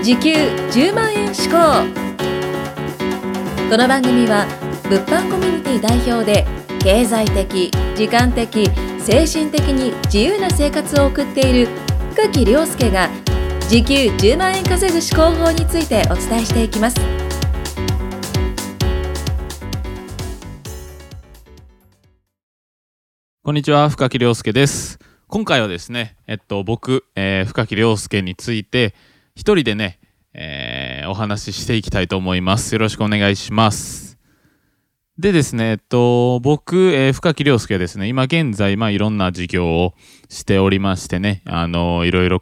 時給10万円志向。この番組は物販コミュニティ代表で経済的、時間的、精神的に自由な生活を送っている深木亮介が時給10万円稼ぐ思考法についてお伝えしていきます。 こんにちは、深木亮介です。今回はですね、僕、深木亮介について一人でね、お話ししていきたいと思います。よろしくお願いします。でですね、僕、深木亮介はですね、今現在、いろんな事業をしておりましてね、いろいろ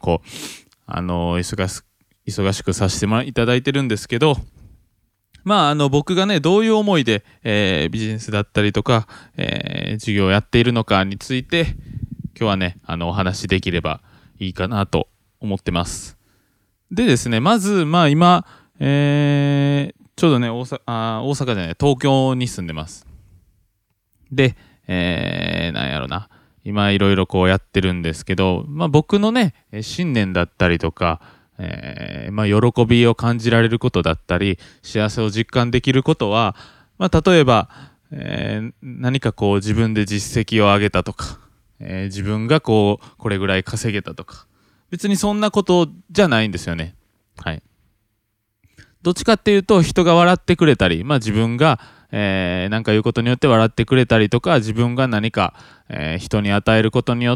忙しくさせていただいてるんですけど、僕がね、どういう思いで、ビジネスだったりとか、事業をやっているのかについて、今日はね、お話しできればいいかなと思ってます。でですね、まず、今、ちょうどね、大阪じゃない、東京に住んでます。で、なんやろな、今いろいろやってるんですけど、僕のね、信念だったりとか、喜びを感じられることだったり幸せを実感できることは、例えば、何か自分で実績を上げたとか、自分がこれぐらい稼げたとか、別にそんなことじゃないんですよね。はい。どっちかっていうと、人が笑ってくれたり、自分が、何か言うことによって笑ってくれたりとか、自分が何か、人に与えることによって、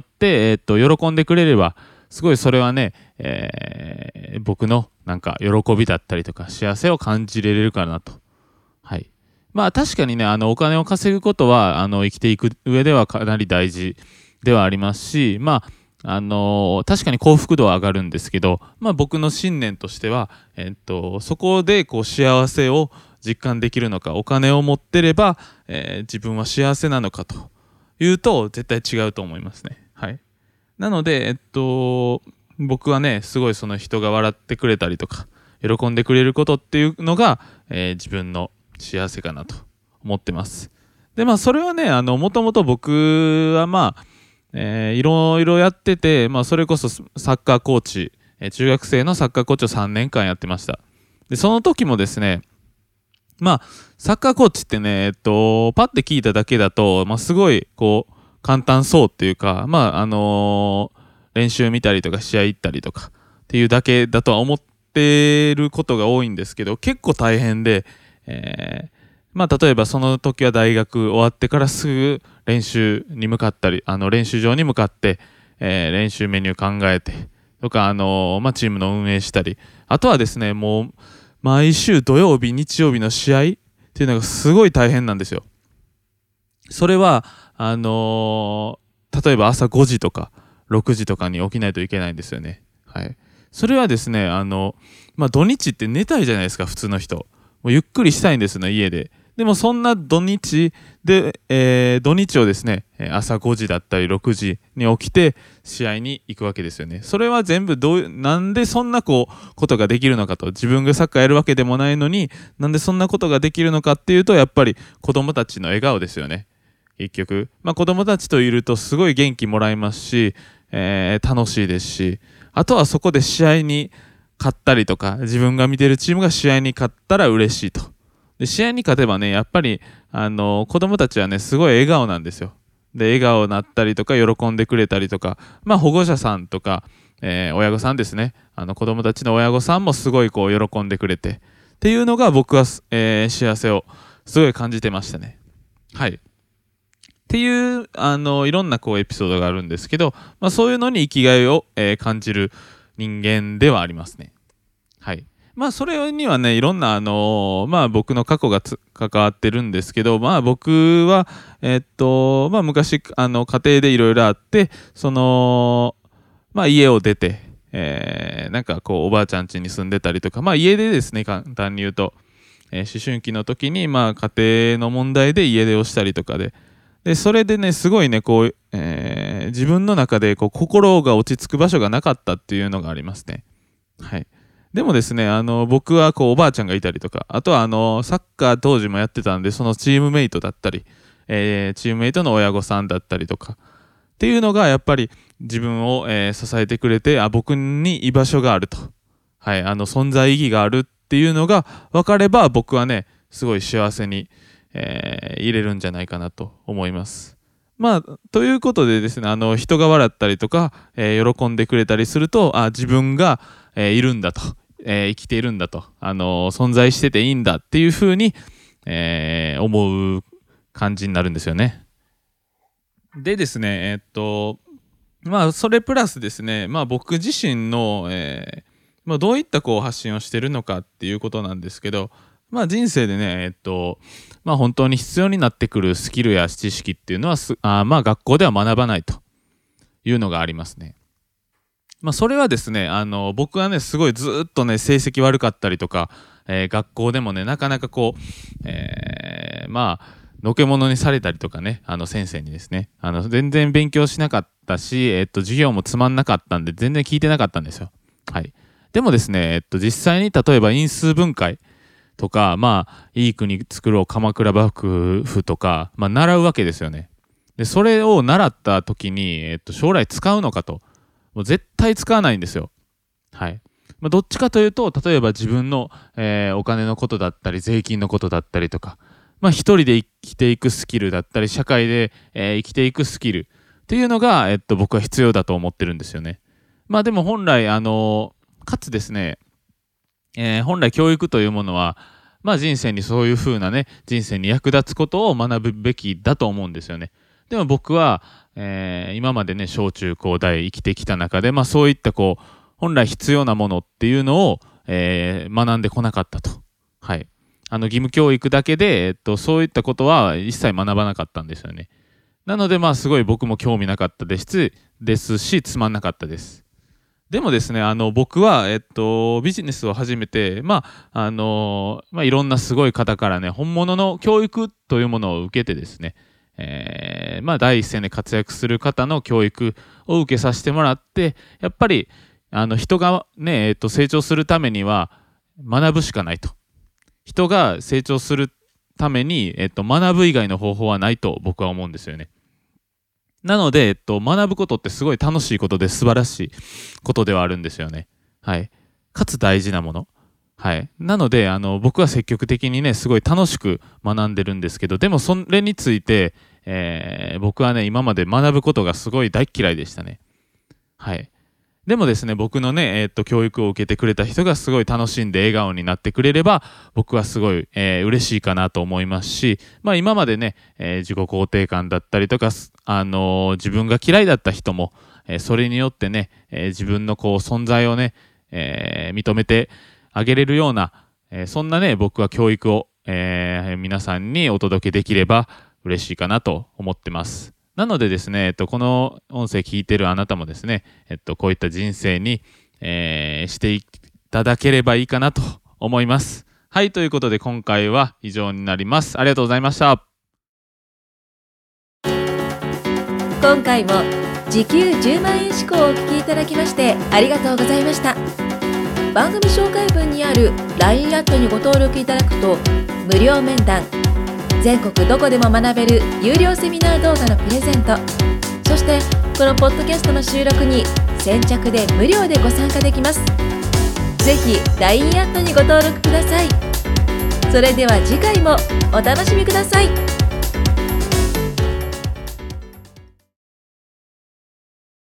喜んでくれれば、すごいそれはね、僕のなんか喜びだったりとか幸せを感じれるかなと。はい。確かにね、お金を稼ぐことは生きていく上ではかなり大事ではありますし、確かに幸福度は上がるんですけど、僕の信念としては、そこで幸せを実感できるのか、お金を持ってれば、自分は幸せなのかというと絶対違うと思いますね。はい。なので、僕はね、すごいその人が笑ってくれたりとか喜んでくれることっていうのが、自分の幸せかなと思ってます。でそれはね、もともと僕はいろいろやってて、それこそサッカーコーチ、中学生のサッカーコーチを3年間やってました。でその時もですね、サッカーコーチってね、パッて聞いただけだと、すごい簡単そうっていうか、練習見たりとか試合行ったりとかっていうだけだとは思ってることが多いんですけど、結構大変で、例えばその時は大学終わってからすぐ練習に向かったり、練習場に向かって、練習メニュー考えてとか、チームの運営したり、あとはですね、もう毎週土曜日日曜日の試合っていうのがすごい大変なんですよ。それは例えば朝5時とか6時とかに起きないといけないんですよね。はい。それはですね、土日って寝たいじゃないですか、普通の人。もうゆっくりしたいんですね、家で。でもそんな土日で、土日をですね、朝5時だったり6時に起きて試合に行くわけですよね。それは全部なんでそんなことができるのかと。自分がサッカーやるわけでもないのに、なんでそんなことができるのかっていうと、やっぱり子供たちの笑顔ですよね。結局、子供たちといるとすごい元気もらえますし、楽しいですし、あとはそこで試合に勝ったりとか、自分が見てるチームが試合に勝ったら嬉しいと。で試合に勝てばね、やっぱり子供たちはね、すごい笑顔なんですよ。で笑顔になったりとか喜んでくれたりとか、保護者さんとか、親御さんですね、子供たちの親御さんもすごい喜んでくれてっていうのが僕は、幸せをすごい感じてましたね。はい。っていういろんなエピソードがあるんですけど、そういうのに生きがいを、感じる人間ではありますね。はい。それにはね、いろんな僕の過去が関わってるんですけど、僕は昔家庭でいろいろあって、家を出て、おばあちゃん家に住んでたりとか、家出ですね、簡単に言うと、思春期の時に家庭の問題で家出をしたりとかでそれでね、すごいね自分の中で心が落ち着く場所がなかったっていうのがありますね。はい。でもですね、僕はおばあちゃんがいたりとか、あとはサッカー当時もやってたんで、そのチームメイトだったり、チームメイトの親御さんだったりとかっていうのがやっぱり自分を、支えてくれて、僕に居場所があると。 はい、存在意義があるっていうのが分かれば、僕はねすごい幸せに、入れるんじゃないかなと思います。まあということでですね、人が笑ったりとか、喜んでくれたりすると、自分が、いるんだと、生きているんだと、存在してていいんだっていうふうに、思う感じになるんですよね。でですね、それプラスですね、僕自身の、どういった発信をしてるのかっていうことなんですけど、人生でね、本当に必要になってくるスキルや知識っていうのは学校では学ばないというのがありますね。それはですね、僕はねすごいずっとね成績悪かったりとか、学校でもねなかなかのけ者にされたりとかね、先生にですね、全然勉強しなかったし、授業もつまんなかったんで全然聞いてなかったんですよ。はい。でもですね、実際に例えば因数分解とか、いい国作ろう鎌倉幕府とか、習うわけですよね。でそれを習った時に、将来使うのかと、もう絶対使わないんですよ。はい。どっちかというと、例えば自分の、お金のことだったり税金のことだったりとか、一人で生きていくスキルだったり社会で、生きていくスキルっていうのが、僕は必要だと思ってるんですよね。でも本来かつですね、本来教育というものは、人生にそういう風なね人生に役立つことを学ぶべきだと思うんですよね。でも僕は、今までね小中高大生きてきた中で、そういった本来必要なものっていうのを、学んでこなかったと。はい。義務教育だけで、そういったことは一切学ばなかったんですよね。なのですごい僕も興味なかったですし、つまんなかったです。でもですね、僕は、ビジネスを始めて、いろんなすごい方からね、本物の教育というものを受けてですね、第一線で活躍する方の教育を受けさせてもらって、やっぱり人がね、成長するためには学ぶしかないと。人が成長するために、学ぶ以外の方法はないと僕は思うんですよね。なので、学ぶことってすごい楽しいことで素晴らしいことではあるんですよね。はい。かつ大事なもの。はい。なので、僕は積極的にね、すごい楽しく学んでるんですけど、でもそれについて、僕はね、今まで学ぶことがすごい大嫌いでしたね。はい。でもですね、僕のね、教育を受けてくれた人がすごい楽しんで笑顔になってくれれば、僕はすごい、嬉しいかなと思いますし、今までね、自己肯定感だったりとか、自分が嫌いだった人も、それによってね、自分の存在をね、認めてあげれるような、そんなね、僕は教育を、皆さんにお届けできれば嬉しいかなと思ってます。なのでですね、この音声聞いてるあなたもですね、こういった人生に、していただければいいかなと思います。はい、ということで今回は以上になります。ありがとうございました。 今回も時給10万円志向をお聞きいただきましてありがとうございました。番組紹介文にある LINE アットにご登録いただくと無料面談、全国どこでも学べる有料セミナー動画のプレゼント、そしてこのポッドキャストの収録に先着で無料でご参加できます。ぜひ LINE アットにご登録ください。それでは次回もお楽しみください。